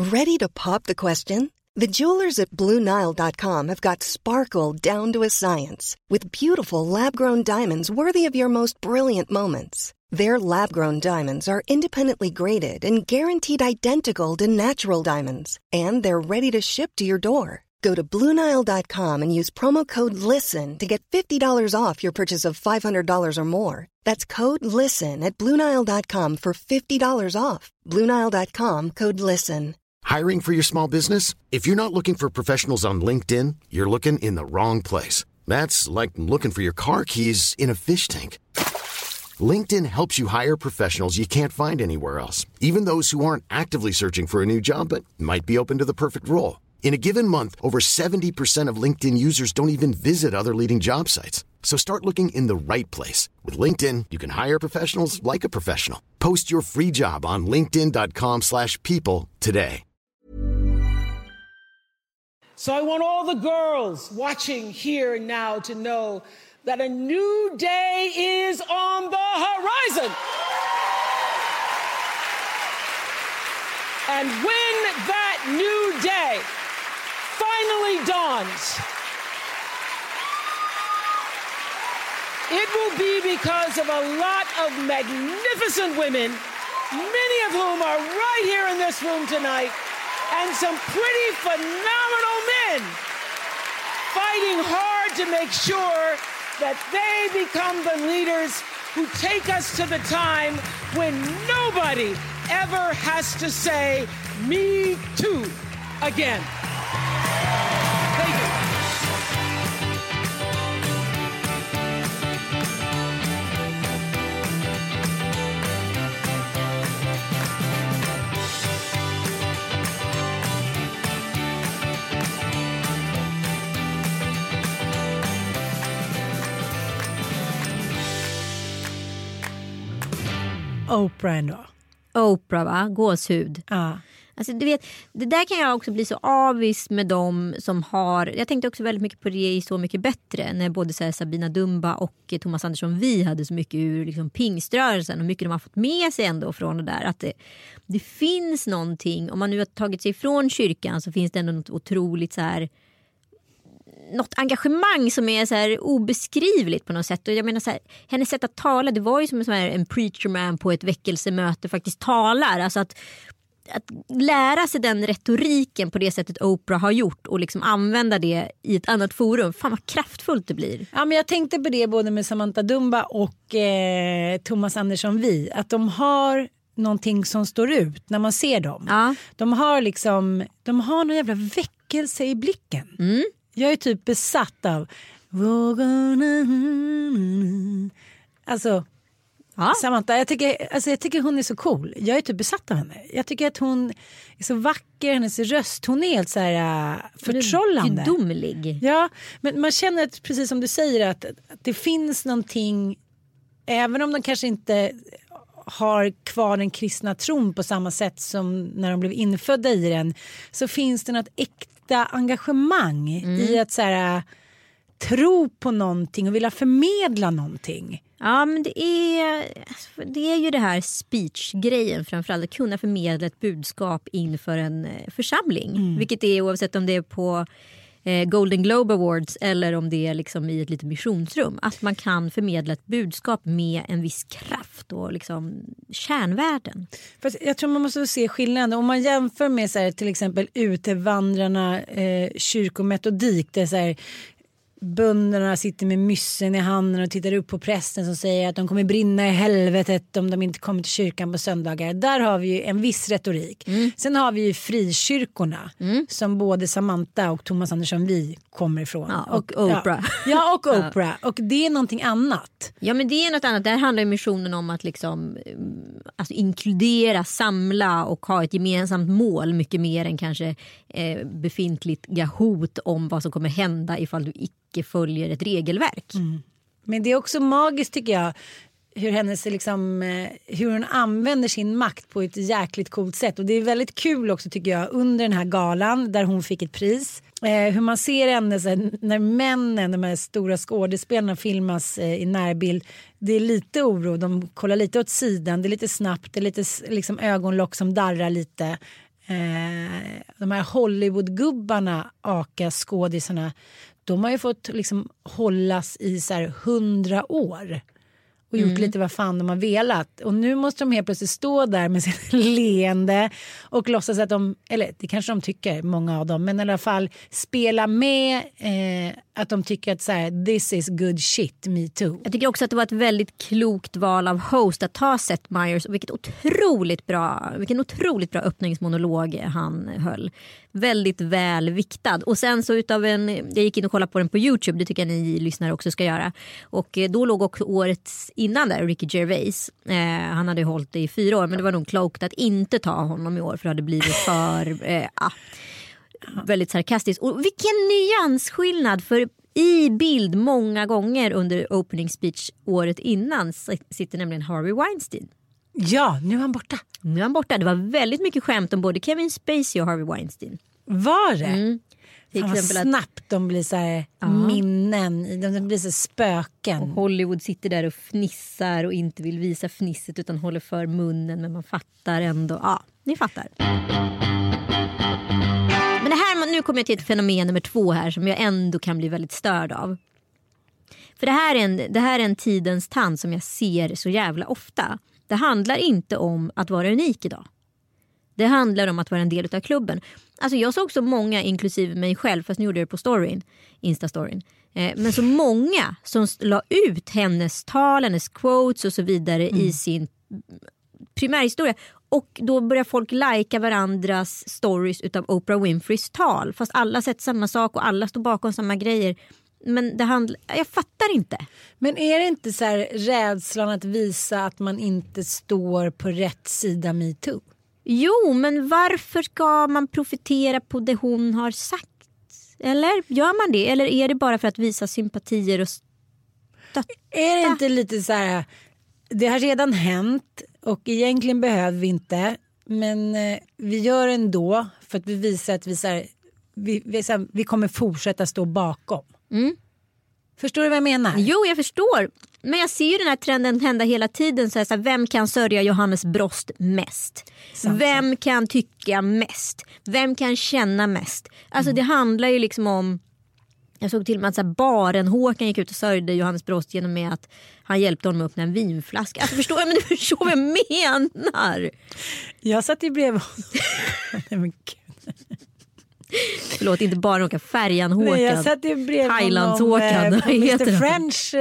Ready to pop the question? The jewelers at BlueNile.com have got sparkle down to a science with beautiful lab-grown diamonds worthy of your most brilliant moments. Their lab-grown diamonds are independently graded and guaranteed identical to natural diamonds, and they're ready to ship to your door. Go to BlueNile.com and use promo code LISTEN to get $50 off your purchase of $500 or more. That's code LISTEN at BlueNile.com for $50 off. BlueNile.com, code LISTEN. Hiring for your small business? If you're not looking for professionals on LinkedIn, you're looking in the wrong place. That's like looking for your car keys in a fish tank. LinkedIn helps you hire professionals you can't find anywhere else, even those who aren't actively searching for a new job but might be open to the perfect role. In a given month, over 70% of LinkedIn users don't even visit other leading job sites. So start looking in the right place. With LinkedIn, you can hire professionals like a professional. Post your free job on linkedin.com/people today. So I want all the girls watching here and now to know that a new day is on the horizon. And when that new day finally dawns, it will be because of a lot of magnificent women, many of whom are right here in this room tonight, and some pretty phenomenal men fighting hard to make sure that they become the leaders who take us to the time when nobody ever has to say, "Me too," again. Thank you. Oprah ändå. Oprah, va? Gåshud. Ja. Alltså, du vet, det där kan jag också bli så avis med dem som har... Jag tänkte också väldigt mycket på det i Så mycket bättre. När både så här, Sabina Dumba och Thomas Andersson Vi hade så mycket ur liksom, pingströrelsen. Och mycket de har fått med sig ändå från det där. Att det finns någonting... Om man nu har tagit sig ifrån kyrkan så finns det ändå något otroligt så här... Något engagemang som är så här obeskrivligt på något sätt. Och jag menar så här, hennes sätt att tala, det var ju som en preacher man på ett väckelsemöte faktiskt talar. Alltså att lära sig den retoriken på det sättet Oprah har gjort och liksom använda det i ett annat forum. Fan vad kraftfullt det blir. Ja, men jag tänkte på det både med Samantha Dumba och Thomas Andersson Vi. Att de har någonting som står ut när man ser dem. Ja. De har någon jävla väckelse i blicken. Mm. Jag är typ besatt av alltså ja. Samantha, jag tycker hon är så cool. Jag är typ besatt av henne. Jag tycker att hon är så vacker, hennes röst, hon är helt så här förtrollande. Gudomlig. Ja, men man känner att, precis som du säger, att det finns någonting, även om de kanske inte har kvar den kristna tron på samma sätt som när de blev infödda i den, så finns det något äkta engagemang i att så här, tro på någonting och vilja förmedla någonting. Ja, men det är ju det här speech-grejen framförallt, att kunna förmedla ett budskap inför en församling. Vilket är oavsett om det är på Golden Globe Awards eller om det är liksom i ett litet missionsrum. Att man kan förmedla ett budskap med en viss kraft och liksom kärnvärden. Fast jag tror man måste se skillnaden. Om man jämför med så här, till exempel utevandrarna kyrkometodik, det är så här, bönderna sitter med myssen i handen och tittar upp på prästen som säger att de kommer brinna i helvetet om de inte kommer till kyrkan på söndagar. Där har vi ju en viss retorik. Sen har vi ju frikyrkorna som både Samantha och Thomas Andersson Vi kommer ifrån. Ja, och Oprah. Ja, och Oprah. Och det är någonting annat. Ja, men det är något annat. Där handlar missionen om att liksom, alltså inkludera, samla och ha ett gemensamt mål mycket mer än kanske befintliga hot om vad som kommer hända ifall du icke följer ett regelverk. Men det är också magiskt tycker jag hur hennes liksom, hur hon använder sin makt på ett jäkligt coolt sätt. Och det är väldigt kul också tycker jag under den här galan där hon fick ett pris. Hur man ser henne så här, när männen, de här stora skådespelarna filmas i närbild. Det är lite oro, de kollar lite åt sidan, det är lite snabbt, det är lite liksom ögonlock som darrar lite. de här Hollywoodgubbarna, skådisarna, de har ju fått liksom hållas i så här 100 år. Och gjort lite vad fan de har velat. Och nu måste de helt plötsligt stå där med sitt leende och låtsas att de, eller det kanske de tycker, många av dem, men i alla fall spela med att de tycker att så här, this is good shit, me too. Jag tycker också att det var ett väldigt klokt val av host att ta Seth Meyers, och vilken otroligt bra öppningsmonolog han höll. Väldigt väl viktad. Och sen så jag gick in och kollade på den på YouTube, det tycker jag ni lyssnare också ska göra. Och då låg också årets innan där Ricky Gervais. Han hade hållit det i 4 år, men det var nog klokt att inte ta honom i år, för det hade blivit för väldigt sarkastiskt. Och vilken nyansskillnad, för i bild många gånger under opening speech året innan sitter nämligen Harvey Weinstein. Ja, nu är han borta. Det var väldigt mycket skämt om både Kevin Spacey och Harvey Weinstein. Var det? Till Fan, exempel snabbt de blir så här minnen, de blir så spöken. Och Hollywood sitter där och fnissar och inte vill visa fnisset utan håller för munnen, men man fattar ändå. Ja, ni fattar. Men det här, nu kommer jag till ett fenomen nummer 2 här som jag ändå kan bli väldigt störd av. För det här är en tidens tand som jag ser så jävla ofta. Det handlar inte om att vara unik idag. Det handlar om att vara en del av klubben. Alltså jag såg så många, inklusive mig själv, fast nu gjorde jag det på storyn, Insta-storyn. Men så många som la ut hennes tal, hennes quotes och så vidare i sin primärhistoria. Och då börjar folk lajka varandras stories utav Oprah Winfreys tal. Fast alla sett samma sak och alla står bakom samma grejer. Men jag fattar inte. Men är det inte så här rädslan att visa att man inte står på rätt sida MeToo? Jo, men varför ska man profitera på det hon har sagt? Eller gör man det? Eller är det bara för att visa sympatier och stötta? Är det inte lite så här, det har redan hänt och egentligen behöver vi inte, men vi gör ändå för att vi visar att vi kommer fortsätta stå bakom. Förstår du vad jag menar? Jo, jag förstår. Men jag ser ju den här trenden hända hela tiden. Så här, vem kan sörja Johannes Brost mest? Vem kan tycka mest? Vem kan känna mest? Alltså det handlar ju liksom om... Jag såg till och med att så här, Baren-Håkan gick ut och sörjde Johannes Brost genom med att han hjälpte honom att öppna en vinflaska. Alltså förstår jag, men du förstår vad jag menar. Jag satt i bredvid honom. Förlåt, inte bara åka färjan Håkan. Jag satt ju bredvid Thailands-Håkan. På Mr. French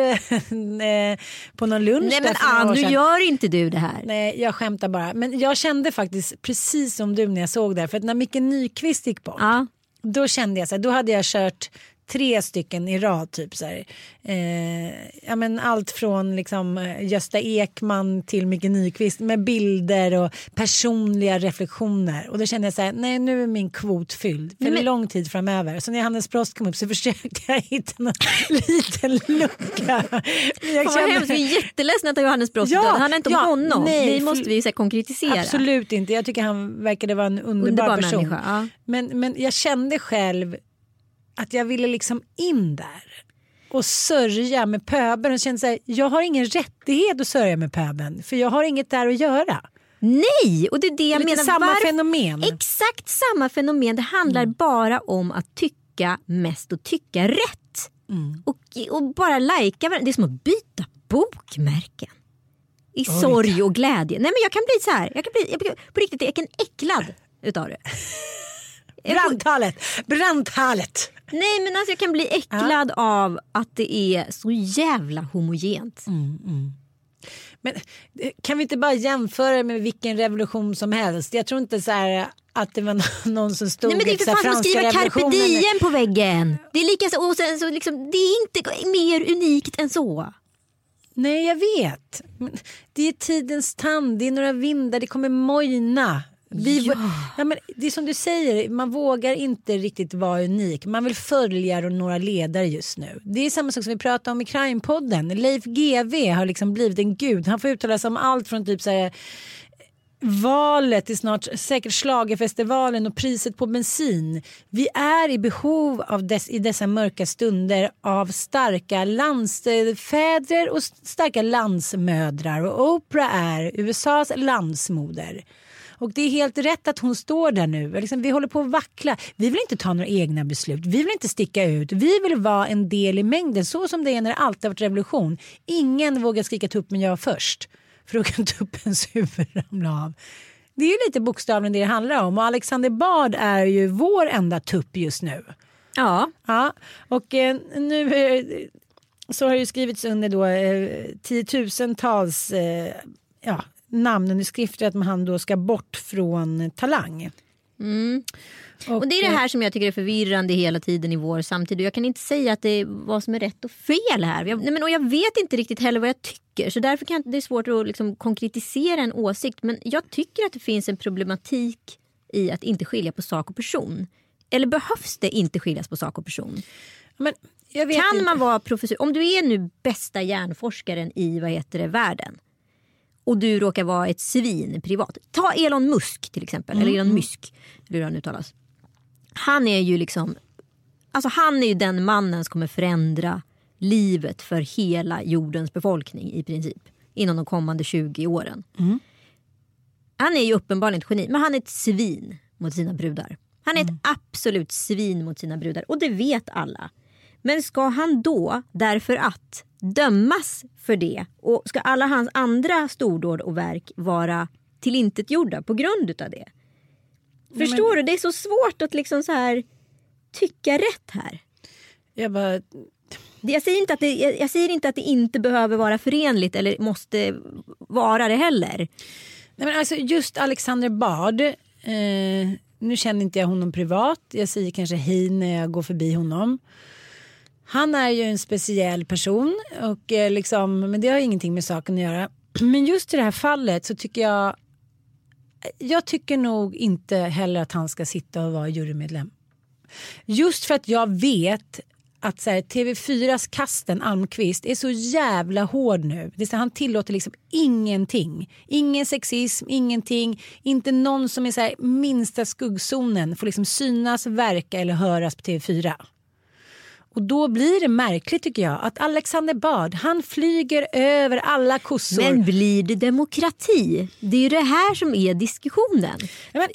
på någon lunch. Nej men nu gör inte du det här. Nej, jag skämtar bara. Men jag kände faktiskt precis som du när jag såg det. För att när Micke Nyqvist gick bort, då kände jag så här, då hade jag kört 3 stycken i rad typ så här. Ja, men allt från liksom Gösta Ekman till Micke Nyqvist med bilder och personliga reflektioner. Och då kände jag så här, nej nu är min kvot fylld för lång tid framöver. Så när Johannes Brost kom upp så försökte jag hitta någon liten lucka. Jag är jätteledsen att Johannes Brost död. Han är inte om honom. Nej, det måste vi så här konkretisera. Absolut inte. Jag tycker han verkade vara en underbar person. Människa, ja. Men jag kände själv att jag ville liksom in där och sörja med pöben och kände så här, jag har ingen rättighet att sörja med pöben för jag har inget där att göra. Nej, och det är det jag menar. Samma fenomen. Exakt samma fenomen. Det handlar bara om att tycka mest och tycka rätt. Och bara lajka varandra. Det är som att byta bokmärken. I sorg och glädje. Nej men jag kan bli så här. På riktigt, jag kan äcklad utav det. Brandtalet. Nej men alltså jag kan bli äcklad av att det är så jävla homogent. Men kan vi inte bara jämföra med vilken revolution som helst? Jag tror inte så här att det var någon som stod. Nej men det är för fan som skriver Carpe Diem på väggen. Det är lika så, och sen så liksom, det är inte mer unikt än så. Nej jag vet. Det är tidens tand, det är några vindar, det kommer mojna. Ja, men det är som du säger, man vågar inte riktigt vara unik. Man vill följa några ledare just nu. Det är samma sak som vi pratade om i Crime-podden. Leif GW har liksom blivit en gud. Han får uttala sig om allt från typ så här, valet till snart säkert Schlagerfestivalen och priset på bensin. Vi är i behov av i dessa mörka stunder av starka landsfäder och starka landsmödrar. Och Oprah är USAs landsmoder. Och det är helt rätt att hon står där nu. Liksom, vi håller på att vackla. Vi vill inte ta några egna beslut. Vi vill inte sticka ut. Vi vill vara en del i mängden. Så som det är när det alltid har varit revolution. Ingen vågar skrika tupp men jag först. För då kan tuppens huvud ramla av. Det är ju lite bokstavligen det handlar om. Och Alexander Bard är ju vår enda tupp just nu. Ja. Ja. Och nu så har det ju skrivits under då tiotusentals namnunderskrifter att han då ska bort från Talang. Mm. Och det är det här som jag tycker är förvirrande hela tiden i vår samtid. Och jag kan inte säga att det är vad som är rätt och fel här. Jag vet inte riktigt heller vad jag tycker. Så därför kan det är svårt att liksom konkretisera en åsikt. Men jag tycker att det finns en problematik i att inte skilja på sak och person. Eller behövs det inte skiljas på sak och person? Men kan man vara professor? Om du är nu bästa hjärnforskaren i världen. Och du råkar vara ett svin privat. Ta Elon Musk till exempel. Eller Elon Musk. Hur han uttalas. Han är ju liksom. Alltså han är ju den mannen som kommer förändra livet för hela jordens befolkning i princip. Inom de kommande 20 åren. Mm. Han är ju uppenbarligen ett geni. Men han är ett svin mot sina brudar. Han är ett absolut svin mot sina brudar. Och det vet alla. Men ska han då därför att dömas för det och ska alla hans andra stordåd och verk vara tillintetgjorda på grund utav det? Förstår du? Det är så svårt att liksom så här tycka rätt här. Jag säger inte att det inte behöver vara förenligt eller måste vara det heller. Nej, men alltså just Alexander Bard, nu känner inte jag honom privat. Jag säger kanske hej när jag går förbi honom. Han är ju en speciell person och men det har ingenting med saken att göra. Men just i det här fallet så tycker jag tycker nog inte heller att han ska sitta och vara jurymedlem. Just för att jag vet att så här, TV4s Kasten Almqvist är så jävla hård nu. Det är så han tillåter liksom ingenting. Ingen sexism, ingenting. Inte någon som är så här, minsta skuggzonen får liksom synas, verka eller höras på TV4. Och då blir det märkligt tycker jag att Alexander Bard, han flyger över alla kossor. Men blir det demokrati? Det är ju det här som är diskussionen. Men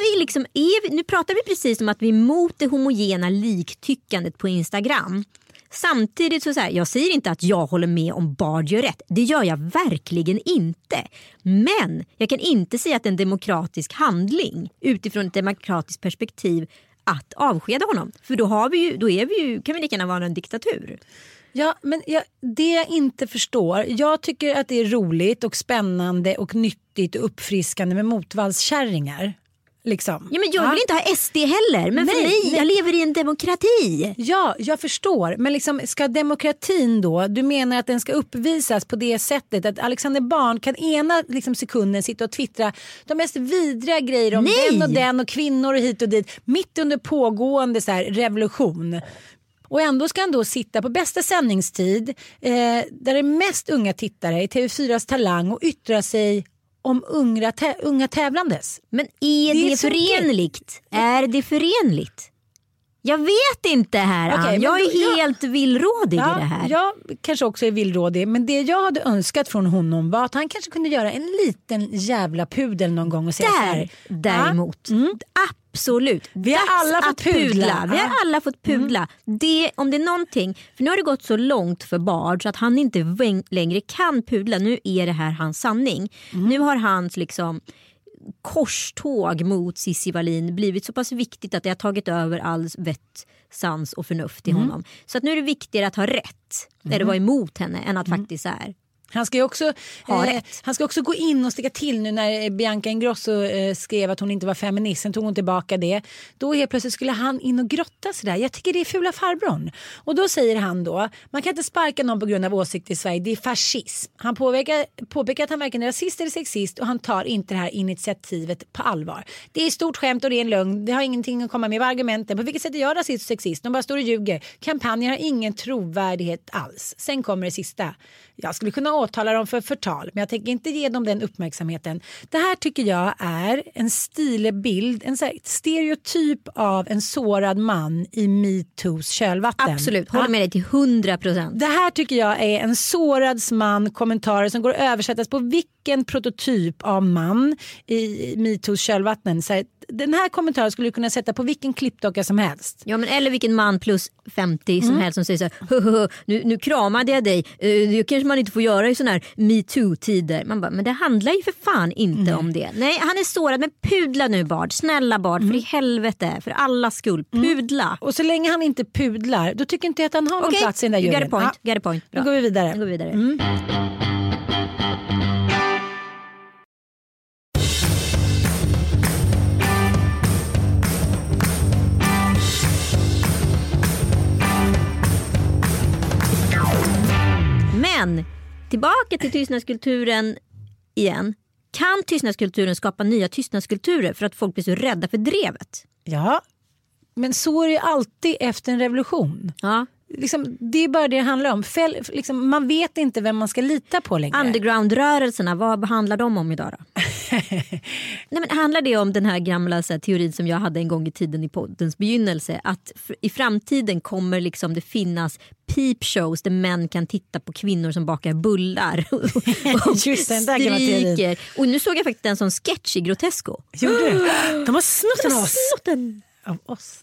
nu pratar vi precis om att vi är emot det homogena liktyckandet på Instagram. Samtidigt så här, jag säger inte att jag håller med om Bard gör rätt. Det gör jag verkligen inte. Men jag kan inte säga att det är en demokratisk handling utifrån ett demokratiskt perspektiv att avskeda honom. För då kan vi lika gärna vara en diktatur. Ja, men det jag inte förstår. Jag tycker att det är roligt och spännande och nyttigt och uppfriskande med motvallskärringar. Liksom. Ja, men jag vill inte ha SD heller. Men för mig, jag lever i en demokrati. Ja, jag förstår. Men liksom, ska demokratin då, du menar att den ska uppvisas på det sättet att Alexander Bard kan ena liksom, sekunden sitta och twittra de mest vidriga grejer om den och kvinnor och hit och dit mitt under pågående så här, revolution. Och ändå ska han då sitta på bästa sändningstid där det är mest unga tittare i TV4s Talang och yttra sig om unga tävlandes. Men är det förenligt? Är det förenligt? Jag vet inte här. Okay, jag är helt villrådig i det här. Jag kanske också är villrådig. Men det jag hade önskat från honom var att han kanske kunde göra en liten jävla pudel någon gång och säga så här. Däremot. Absolut. Vi har alla fått pudla. Vi har alla fått pudla. Det, om det är någonting. För nu har det gått så långt för Bard så att han inte längre kan pudla. Nu är det här hans sanning. Nu har hans liksom korståg mot Cissi Wallin blivit så pass viktigt att det har tagit över all vett, sans och förnuft i honom. Så att nu är det viktigare att ha rätt eller vara emot henne än att faktiskt så här. Han ska också gå in och sticka till nu när Bianca Ingrosso skrev att hon inte var feminist. Sen tog hon tillbaka det. Då helt plötsligt skulle han in och grotta sådär. Jag tycker det är fula farbrorn. Och då säger han då, man kan inte sparka någon på grund av åsikt i Sverige. Det är fascism. Han påpekar att han varken är rasist eller sexist och han tar inte det här initiativet på allvar. Det är stort skämt och det är en lögn. Det har ingenting att komma med argumenten. På vilket sätt är jag rasist och sexist? De bara står och ljuger. Kampanjer har ingen trovärdighet alls. Sen kommer det sista. Jag skulle kunna åtala dem för förtal, men jag tänker inte ge dem den uppmärksamheten. Det här tycker jag är en stilig bild, en så här stereotyp av en sårad man i MeToos kölvatten. Absolut, håller med dig till 100%. Det här tycker jag är en sårad man, kommentarer som går att översättas på vilken prototyp av man i MeToos kölvatten. Så här, den här kommentaren skulle du kunna sätta på vilken klippdocka som helst. Ja, men eller vilken man plus 50 som helst som säger så här, nu kramade jag dig, det kanske man inte får göra i sån här MeToo-tider. Man bara, men det handlar ju för fan inte om det. Nej, han är sårad, men pudla nu Bard, snälla Bard, för i helvete, för allas skull, pudla. Och så länge han inte pudlar, då tycker inte jag att han har någon plats i den där juryn. Get a point. Då går vi vidare. Men tillbaka till tystnadskulturen igen. Kan tystnadskulturen skapa nya tystnadskulturer för att folk blir så rädda för drevet? Ja, men så är det alltid efter en revolution. Ja. Liksom, det är bara det handlar om. Liksom, man vet inte vem man ska lita på längre. Underground-rörelserna, vad handlar de om idag då? Nej, men handlar det om den här gamla så här, teorin som jag hade en gång i tiden i poddens begynnelse, att i framtiden kommer liksom det finnas peep shows där män kan titta på kvinnor som bakar bullar och stryker. Och nu såg jag faktiskt en sån sketch i Grotesco. Gjorde du? De har snott den av oss.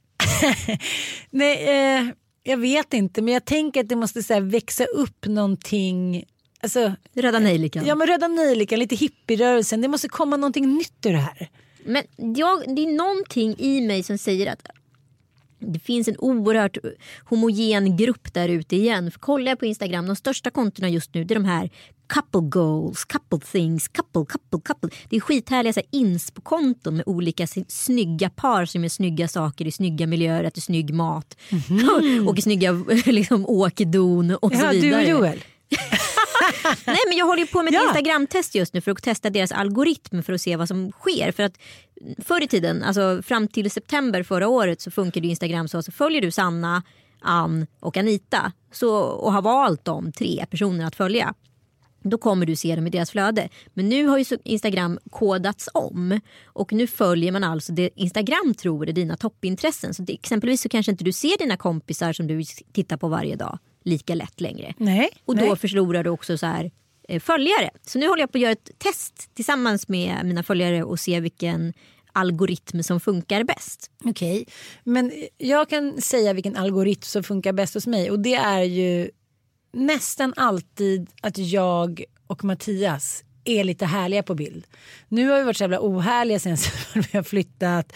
Nej, jag vet inte, men jag tänker att det måste så här, växa upp någonting. Alltså, Röda nejlikan. Ja, men Röda nejlikan, lite hippierörelsen. Det måste komma någonting nytt ur det här. Men det är någonting i mig som säger att det finns en oerhört homogen grupp där ute igen. För kollar jag på Instagram, de största kontona just nu, det är de här couple goals, couple things, couple. Det är skithärliga så här, inspo-konton med olika snygga par som gör snygga saker i snygga miljöer, äter snygg mat och i snygga liksom, åkedon och så vidare. Du och Joel. Nej, men jag håller ju på med ett Instagram-test just nu för att testa deras algoritm för att se vad som sker. För att förr i tiden, alltså fram till september förra året, så funkade Instagram så följer du Sanna, Ann och Anita och har valt de 3 personer att följa. Då kommer du se dem i deras flöde. Men nu har ju Instagram kodats om. Och nu följer man alltså det Instagram tror är dina toppintressen. Så exempelvis så kanske inte du ser dina kompisar som du tittar på varje dag lika lätt längre. Nej. Och då förlorar du också så här följare. Så nu håller jag på att göra ett test tillsammans med mina följare och se vilken algoritm som funkar bäst. Okej, men jag kan säga vilken algoritm som funkar bäst hos mig. Och det är ju nästan alltid att jag och Mattias är lite härliga på bild. Nu har vi varit så jävla ohärliga sen vi har flyttat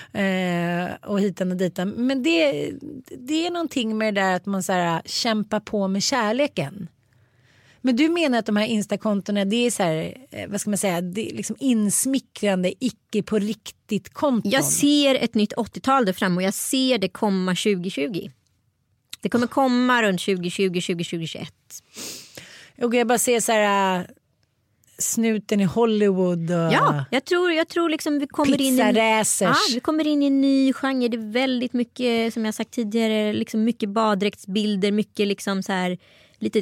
och hitan och ditan. Men det är någonting med det där att man så här, kämpar på med kärleken. Men du menar att de här Insta-kontona, det är så här, vad ska man säga, det är liksom insmickrande, icke på riktigt konton. Jag ser ett nytt 80-tal där fram och jag ser det komma 2020. Det kommer komma runt 2020, 2021. Och jag bara ser så här snuten i Hollywood och ja, jag tror liksom vi kommer pizzaracers. vi kommer in i en ny genre. Det är väldigt mycket, som jag sagt tidigare, liksom mycket baddräktsbilder, mycket liksom så här lite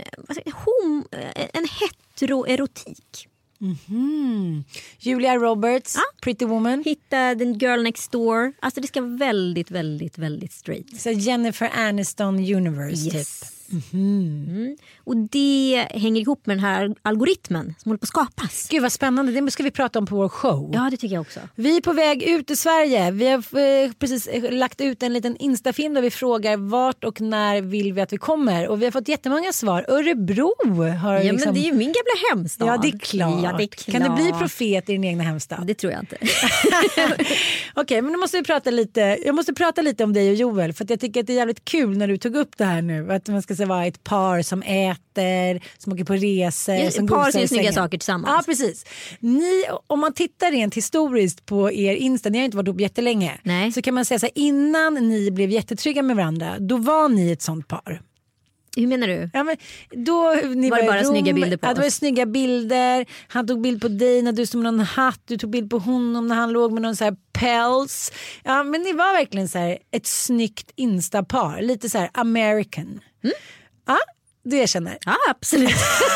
en heteroerotik. Julia Roberts, Pretty Woman. Hitta den girl next door. Alltså det ska vara väldigt, väldigt, väldigt straight. Så Jennifer Aniston universe typ. Och det hänger ihop med den här algoritmen som håller på att skapas. Gud vad spännande, det ska vi prata om på vår show. Ja, det tycker jag också. Vi är på väg ut i Sverige. Vi har precis lagt ut en liten Instafilm där vi frågar vart och när vill vi att vi kommer. Och vi har fått jättemånga svar. Örebro har ja, liksom... men det är ju min gamla hemstad. Ja, det är klart. Kan du bli profet i din egna hemstad? Det tror jag inte. Okej, men nu måste vi prata lite. Jag måste prata lite om dig och Joel. För att jag tycker att det är jävligt kul när du tog upp det här nu. Att man ska vara ett par som äter, som åker på resor. Ja, som par som gör snygga saker tillsammans. Ja, precis. Ni, om man tittar rent historiskt på er Insta, ni har inte varit ihop jättelänge. Nej. Så kan man säga så här, innan ni blev jättetrygga med varandra, då var ni ett sånt par. Hur menar du? Ja, men då, ni var det bara snygga bilder på oss? Ja, det var snygga bilder. Han tog bild på dig när du stod med någon hatt. Du tog bild på honom när han låg med någon så här päls. Ja, men ni var verkligen så här ett snyggt Insta-par. Lite så här American. Ja, Du erkänner? Ja, absolut.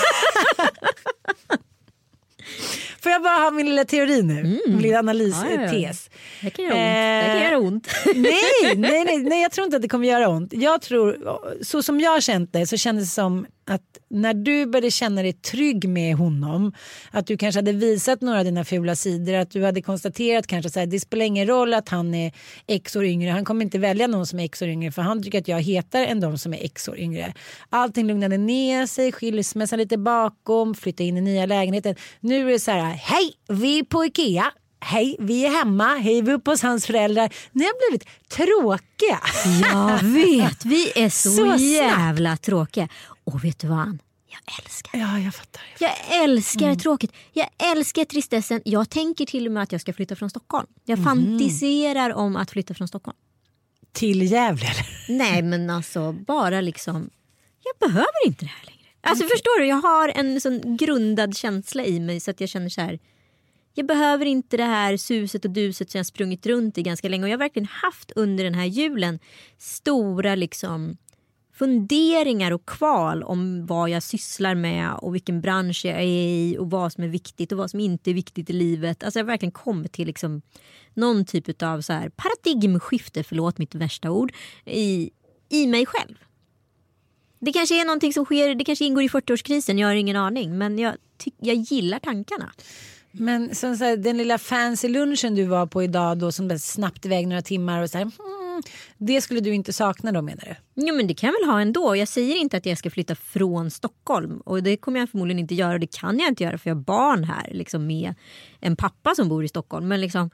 Får jag bara ha min lilla teori nu? Min lilla analystes. Det kan göra ont. Nej, jag tror inte att det kommer göra ont. Jag tror, så som jag har känt det, så kändes det som att när du började känna dig trygg med honom, att du kanske hade visat några av dina fula sidor, att du hade konstaterat kanske så här, det spelar ingen roll att han är x år yngre, han kommer inte välja någon som är x år yngre, för han tycker att jag är hetare än de som är x år yngre. Allting lugnade ner sig, skilsmässan lite bakom, flytta in i nya lägenheten. Nu är det så här, hej, vi är på Ikea. Hej, vi är hemma. Hej, vi är uppe hos hans föräldrar. Ni har blivit tråkiga. Jag vet, vi är så jävla tråkiga. Och vet du vad han? Jag älskar. Ja, jag fattar. Jag älskar tråkigt. Jag älskar tristessen. Jag tänker till och med att jag ska flytta från Stockholm. Jag fantiserar om att flytta från Stockholm. Till Gävle? Nej, men alltså bara liksom, jag behöver inte det här längre. Alltså förstår du, jag har en sån grundad känsla i mig så att jag känner så här. Jag behöver inte det här suset och duset som jag sprungit runt i ganska länge. Och jag har verkligen haft under den här julen stora liksom funderingar och kval om vad jag sysslar med och vilken bransch jag är i och vad som är viktigt och vad som inte är viktigt i livet. Alltså jag har verkligen kommit till liksom någon typ av så här paradigmskifte, förlåt mitt värsta ord, i mig själv. Det kanske är någonting som sker, det kanske ingår i 40-årskrisen, jag har ingen aning. Men jag gillar tankarna. Men så här, den lilla fancy lunchen du var på idag då, som snabbt iväg några timmar och så här, det skulle du inte sakna då, menar du? Jo, men det kan jag väl ha ändå. Jag säger inte att jag ska flytta från Stockholm, och det kommer jag förmodligen inte göra, och det kan jag inte göra för jag har barn här liksom, med en pappa som bor i Stockholm. Men liksom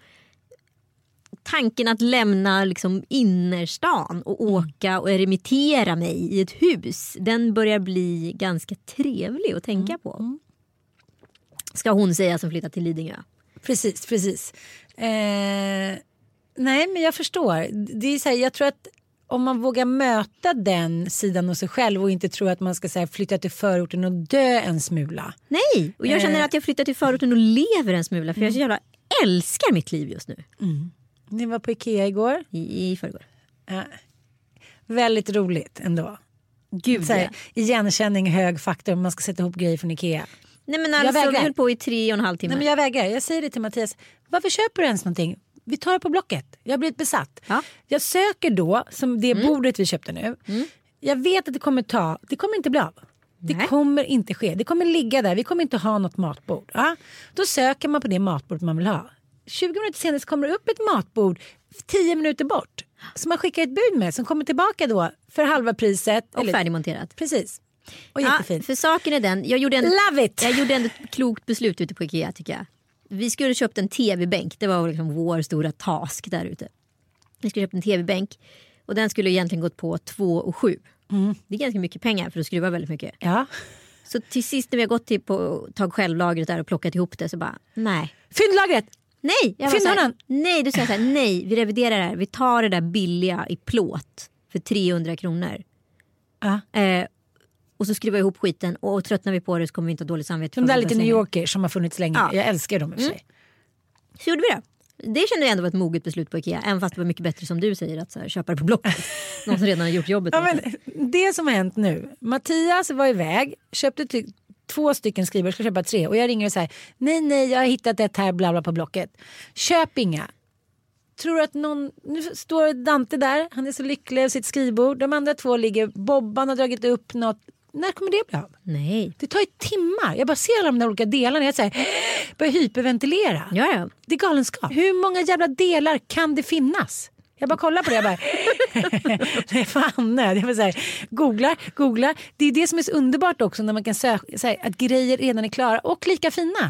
tanken att lämna liksom innerstan och åka och remittera mig i ett hus, den börjar bli ganska trevlig att tänka på. Ska hon säga som flyttat till Lidingö. Precis. Nej, men jag förstår. Det är så här, jag tror att om man vågar möta den sidan av sig själv och inte tror att man ska så här, flytta till förorten och dö en smula. Nej, och jag känner att jag flyttar till förorten och lever en smula, för jag så jävla älskar mitt liv just nu. Ni var på Ikea igår? I förrgår. Väldigt roligt ändå. Gud, så här, igenkänning, hög faktor, man ska sätta ihop grejer från Ikea. Nej, men alltså vi höll på i 3,5 timmar. Nej, men jag vägrar. Jag säger det till Mattias. Varför köper du ens någonting? Vi tar det på Blocket. Jag har blivit besatt. Ja. Jag söker då, som det bordet vi köpte nu. Jag vet att det kommer inte bli av. Det kommer inte ske. Det kommer ligga där. Vi kommer inte ha något matbord. Ja? Då söker man på det matbord man vill ha. 20 minuter senare så kommer det upp ett matbord 10 minuter bort. Som man skickar ett bud med, som kommer tillbaka då för halva priset. Och färdigmonterat. Precis. Och jättefint. För saken är den, jag gjorde ändå ett klokt beslut ute på Ikea, tycker jag. Vi skulle köpt en tv-bänk. Det var liksom vår stora task där ute. Vi skulle köpt en tv-bänk. Och den skulle egentligen gått på 2,7. Det är ganska mycket pengar för att skruva väldigt mycket. Ja. Så till sist när vi har gått till på tag självlagret där och plockat ihop det, så bara, nej. Fyndlagret! Nej, nej, du säger så här, nej, vi reviderar det här. Vi tar det där billiga i plåt för 300 kronor. Och så skruvar vi ihop skiten, och tröttnar vi på det så kommer vi inte ha dåligt samvete. De där lite New Yorker som har funnits länge. Ja. Jag älskar dem i och för sig. Så gjorde vi det. Det kände jag ändå var ett moget beslut på Ikea. Även fast det var mycket bättre som du säger, att så här, köpa det på Blocket. Någon som redan har gjort jobbet. Ja, men det som har hänt nu. Mattias var iväg, köpte 2 stycken skrivbord, ska köpa 3. Och jag ringer och säger, nej, jag har hittat ett här, bla bla, på Blocket. Köp inga. Tror att någon, nu står Dante där, han är så lycklig av sitt skrivbord. De andra 2 ligger, Bobban har dragit upp något. När kommer det bli av? Nej. Det tar ju timmar. Jag bara ser alla de där olika delarna. Jag börjar hyperventilera. Ja. Det är galenskap. Hur många jävla delar kan det finnas? Jag bara kollar på det. Jag bara, nej fan. Jag bara så här, googlar. Det är det som är så underbart också, när man kan säga att grejer redan är klara och lika fina.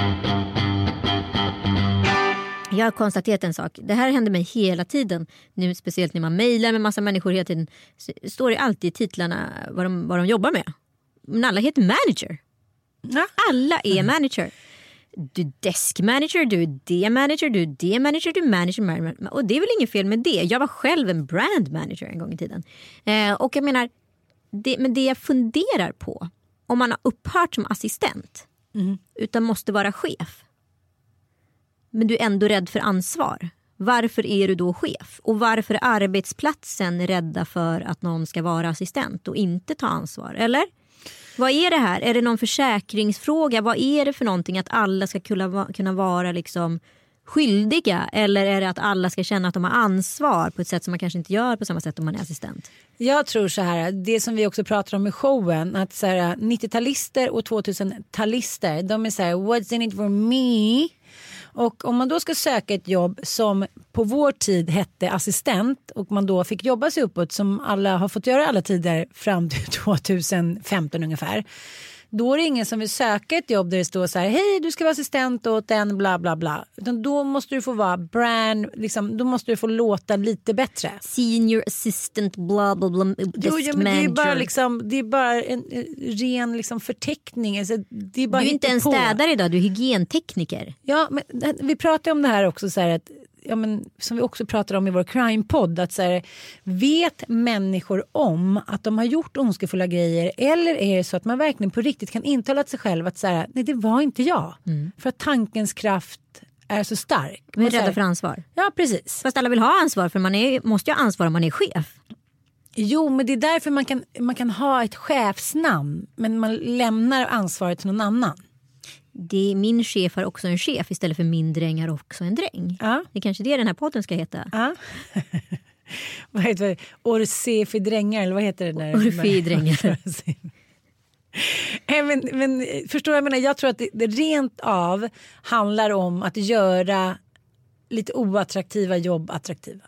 Jag har konstaterat en sak. Det här händer mig hela tiden. Nu speciellt när man mejlar med massa människor hela tiden. Står det alltid i titlarna vad de jobbar med. Men alla heter manager. Ja. Alla är manager. Du är desk manager, du är det manager, du är det manager, du är manager. Och det är väl inget fel med det. Jag var själv en brand manager en gång i tiden. Och jag menar, men det jag funderar på, om man har upphört som assistent utan måste vara chef, men du är ändå rädd för ansvar. varför är du då chef? Och varför är arbetsplatsen rädda för att någon ska vara assistent och inte ta ansvar? Eller? Vad är det här? Är det någon försäkringsfråga? Vad är det för någonting att alla ska kunna vara liksom skyldiga? Eller är det att alla ska känna att de har ansvar på ett sätt som man kanske inte gör på samma sätt om man är assistent? Jag tror så här, det som vi också pratar om i showen, att så här, 90-talister och 2000-talister, de är så här, what's in it for me? Och om man då ska söka ett jobb som på vår tid hette assistent och man då fick jobba sig uppåt som alla har fått göra alla tider fram till 2015 ungefär. Då är det ingen som vill söka ett jobb där det står så här, hej du ska vara assistent åt en bla bla bla. Utan då måste du få vara brand, liksom, då måste du få låta lite bättre. Senior assistant bla bla bla. Jo, men det är bara liksom, det är bara en ren liksom förteckning. Alltså, det är bara du är inte en städare idag, du är hygientekniker. Ja, men vi pratar om det här också så här att, ja, men, som vi också pratar om i vår crime-podd, att så här, vet människor om att de har gjort ondskefulla grejer, eller är det så att man verkligen på riktigt kan intala sig själv att så här, nej det var inte jag. För att tankens kraft är så stark. Vi är rädda för ansvar. Ja, precis. Fast alla vill ha ansvar, för man måste ju ha ansvar om man är chef. Jo, men det är därför man kan ha ett chefsnamn, men man lämnar ansvaret till någon annan. Min chef har också en chef istället för min dräng har också en dräng. Ja. Det är kanske det den här podden ska heta. Ja. Vad heter det? Orsefi drängar, eller vad heter det där? Orfi drängar. men förstår jag menar, jag tror att det rent av handlar om att göra lite oattraktiva jobb attraktiva.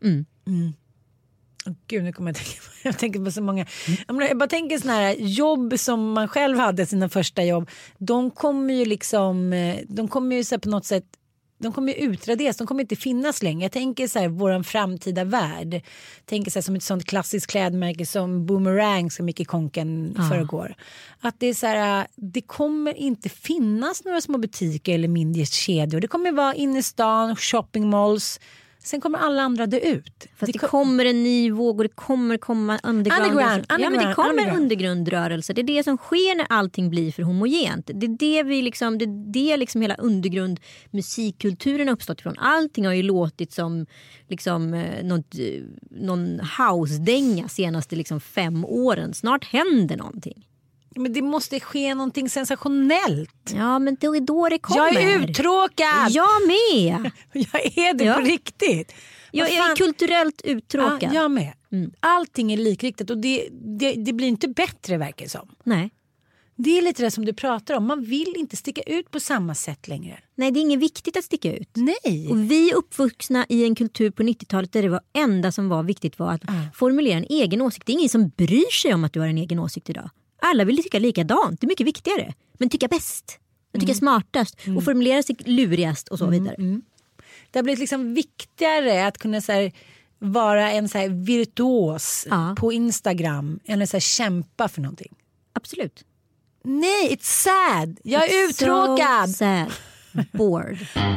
Gud, nu kommer jag tänker på så många. Jag bara tänker såna här jobb som man själv hade, sina första jobb. De kommer ju liksom, så här på något sätt, de kommer ju utraderas, de kommer inte finnas längre. Jag tänker så här, våran framtida värld. Jag tänker så här, som ett sånt klassiskt klädmärke som Boomerang som Micke Konken föregår. Att det är så här, det kommer inte finnas några små butiker eller mindre kedjor. Det kommer vara inne i stan, shoppingmalls. Sen kommer alla andra dö ut. Fast det kommer en ny våg och det kommer komma underground. Ja, men det kommer undergrundrörelser. Det är det som sker när allting blir för homogent. Det är det liksom hela undergrund musikkulturen har uppstått ifrån. Allting har ju låtit som liksom någon house-dänga senaste liksom 5 åren. Snart händer någonting. Men det måste ske någonting sensationellt. Ja, men det är då det kommer. Jag är uttråkad. Jag med. Jag är det på riktigt. Jag är kulturellt uttråkad. Ja, jag med. Allting är likriktat och det blir inte bättre, verkar det som. Nej. Det är lite det som du pratar om. Man vill inte sticka ut på samma sätt längre. Nej, det är inget viktigt att sticka ut. Nej. Och vi är uppvuxna i en kultur på 90-talet där det var enda som var viktigt var att formulera en egen åsikt. Det är ingen som bryr sig om att du har en egen åsikt idag. Alla vill tycka likadant, det är mycket viktigare. Men tycka bäst, och tycka smartast och formulera sig lurigast och så vidare. Det har blivit liksom viktigare att kunna så här, vara en så här virtuos på Instagram än att så här, kämpa för någonting. Absolut. Nej, it's sad. Jag är uttråkad. So sad. Bored.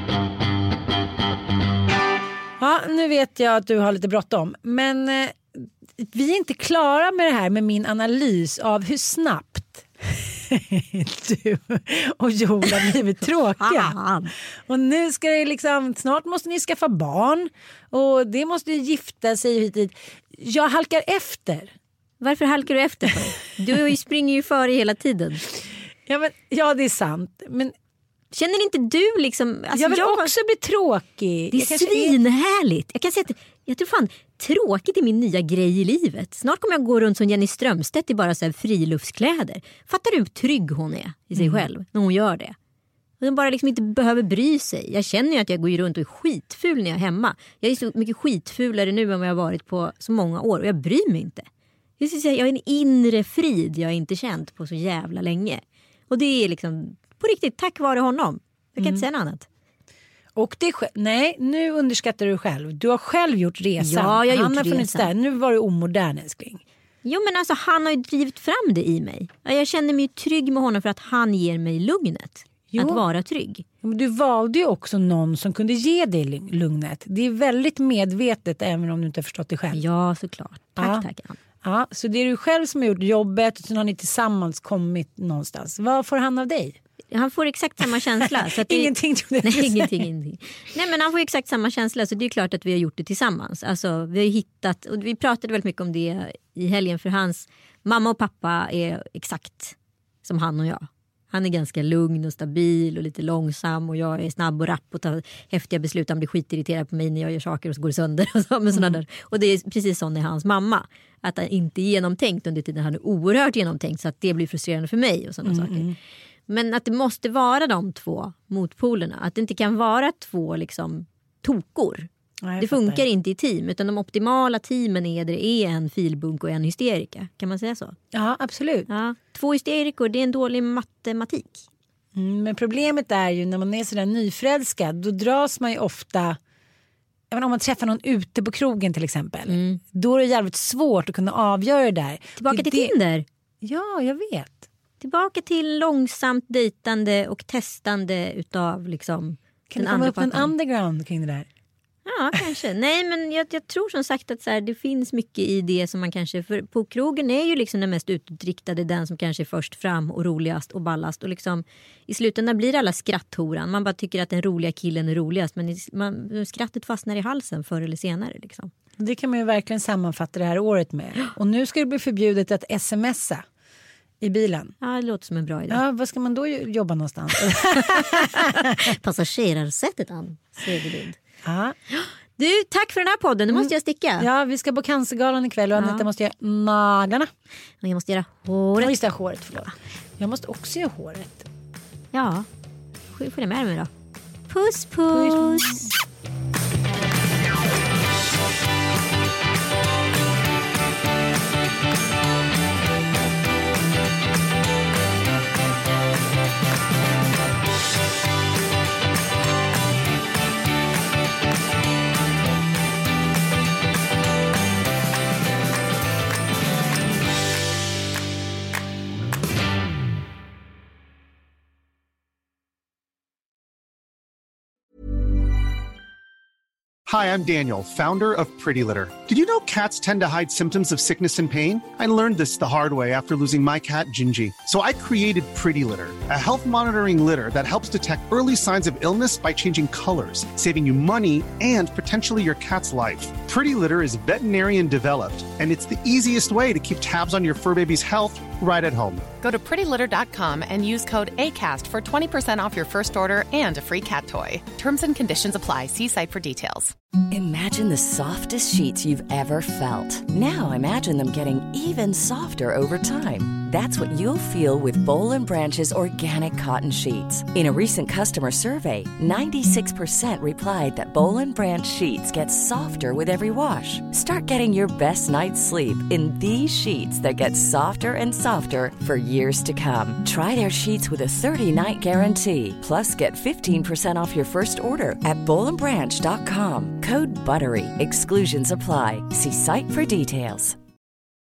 Ja, nu vet jag att du har lite bråttom. Men vi är inte klara med det här med min analys av hur snabbt du och Joel har blivit tråkiga. Och nu ska det liksom, snart måste ni skaffa barn och det måste gifta sig hit dit. Jag halkar efter. Varför halkar du efter för? Du springer ju före hela tiden. Ja, det är sant. Men känner inte du liksom... Alltså jag vill också bli tråkig. Det är svinhärligt. Jag kan säga att jag tror fan tråkigt är min nya grej i livet. Snart kommer jag gå runt som Jenny Strömstedt i bara så här friluftskläder. Fattar du hur trygg hon är i sig själv när hon gör det? Hon bara liksom inte behöver bry sig. Jag känner ju att jag går runt och är skitful när jag är hemma. Jag är så mycket skitfulare nu än vad jag har varit på så många år. Och jag bryr mig inte. Jag är en inre frid jag har inte känt på så jävla länge. Och det är liksom på riktigt tack vare honom. Jag kan inte säga något annat. Och nej, nu underskattar du själv. Du har själv gjort resan. Ja, jag har gjort resan. Där. Nu var du omodern, älskling. Jo, men alltså han har ju drivit fram det i mig. Jag känner mig trygg med honom för att han ger mig lugnet. Att vara trygg. Men du valde ju också någon som kunde ge dig lugnet. Det är väldigt medvetet även om du inte har förstått det själv. Ja, såklart. Tack. Ja, så det är du själv som har gjort jobbet och sen har ni tillsammans kommit någonstans. Vad får han av dig? Han får exakt samma känsla. Så att Ingenting. Nej, ingenting. Nej, men han får exakt samma känsla, så det är klart att vi har gjort det tillsammans. Alltså, vi har hittat, och vi pratade väldigt mycket om det i helgen, för hans mamma och pappa är exakt som han och jag. Han är ganska lugn och stabil och lite långsam, och jag är snabb och rapp och tar häftiga beslut. Han blir skitirriterad på mig när jag gör saker och så går det sönder. Och, så, med där. Och det är precis sån är hans mamma. Att han inte är genomtänkt under tiden. Han är oerhört genomtänkt, så att det blir frustrerande för mig och sådana saker. Men att det måste vara de två motpolerna. Att det inte kan vara två liksom tokor. Det funkar inte i team, utan de optimala teamen är där det är en filbunk och en hysterika. Kan man säga så? Ja, absolut. Ja, 2 hysterikor, det är en dålig matematik. Men problemet är ju när man är sådär nyförälskad, då dras man ju ofta, om man träffar någon ute på krogen till exempel, då är det jävligt svårt att kunna avgöra det där. Tillbaka till Tinder. Ja, jag vet. Tillbaka till långsamt dejtande och testande utav liksom kan den andra parten. Kan det komma upp en underground kring det där? Ja, kanske. Nej, men jag tror som sagt att så här, det finns mycket i det som man kanske... För på krogen är ju liksom den mest utåtriktade, den som kanske är först fram och roligast och ballast. Och liksom, i slutändan blir alla skratthoran. Man bara tycker att den roliga killen är roligast, men skrattet fastnar i halsen förr eller senare. Liksom. Det kan man ju verkligen sammanfatta det här året med. Och nu ska det bli förbjudet att smsa i bilen. Ja, det låter som en bra idé. Ja, vad ska man då jobba någonstans? Passagerarsättet, Ann Segerlund. Ja. Du, tack för den här podden. Nu måste jag sticka. Ja, vi ska på Cancergalan ikväll och Anita måste göra naglarna. Och jag måste göra håret. Just det, håret, förlåt. Jag måste också göra håret. Ja, följ med mig då. Puss, puss. Hi, I'm Daniel, founder of Pretty Litter. Did you know cats tend to hide symptoms of sickness and pain? I learned this the hard way after losing my cat, Gingy. So I created Pretty Litter, a health monitoring litter that helps detect early signs of illness by changing colors, saving you money and potentially your cat's life. Pretty Litter is veterinarian developed, and it's the easiest way to keep tabs on your fur baby's health right at home. Go to prettylitter.com and use code ACAST for 20% off your first order and a free cat toy. Terms and conditions apply. See site for details. Imagine the softest sheets you've ever felt. Now imagine them getting even softer over time. That's what you'll feel with Boll & Branch's organic cotton sheets. In a recent customer survey, 96% replied that Boll & Branch sheets get softer with every wash. Start getting your best night's sleep in these sheets that get softer and softer for years to come. Try their sheets with a 30-night guarantee. Plus, get 15% off your first order at bollandbranch.com. Code BUTTERY. Exclusions apply. See site for details.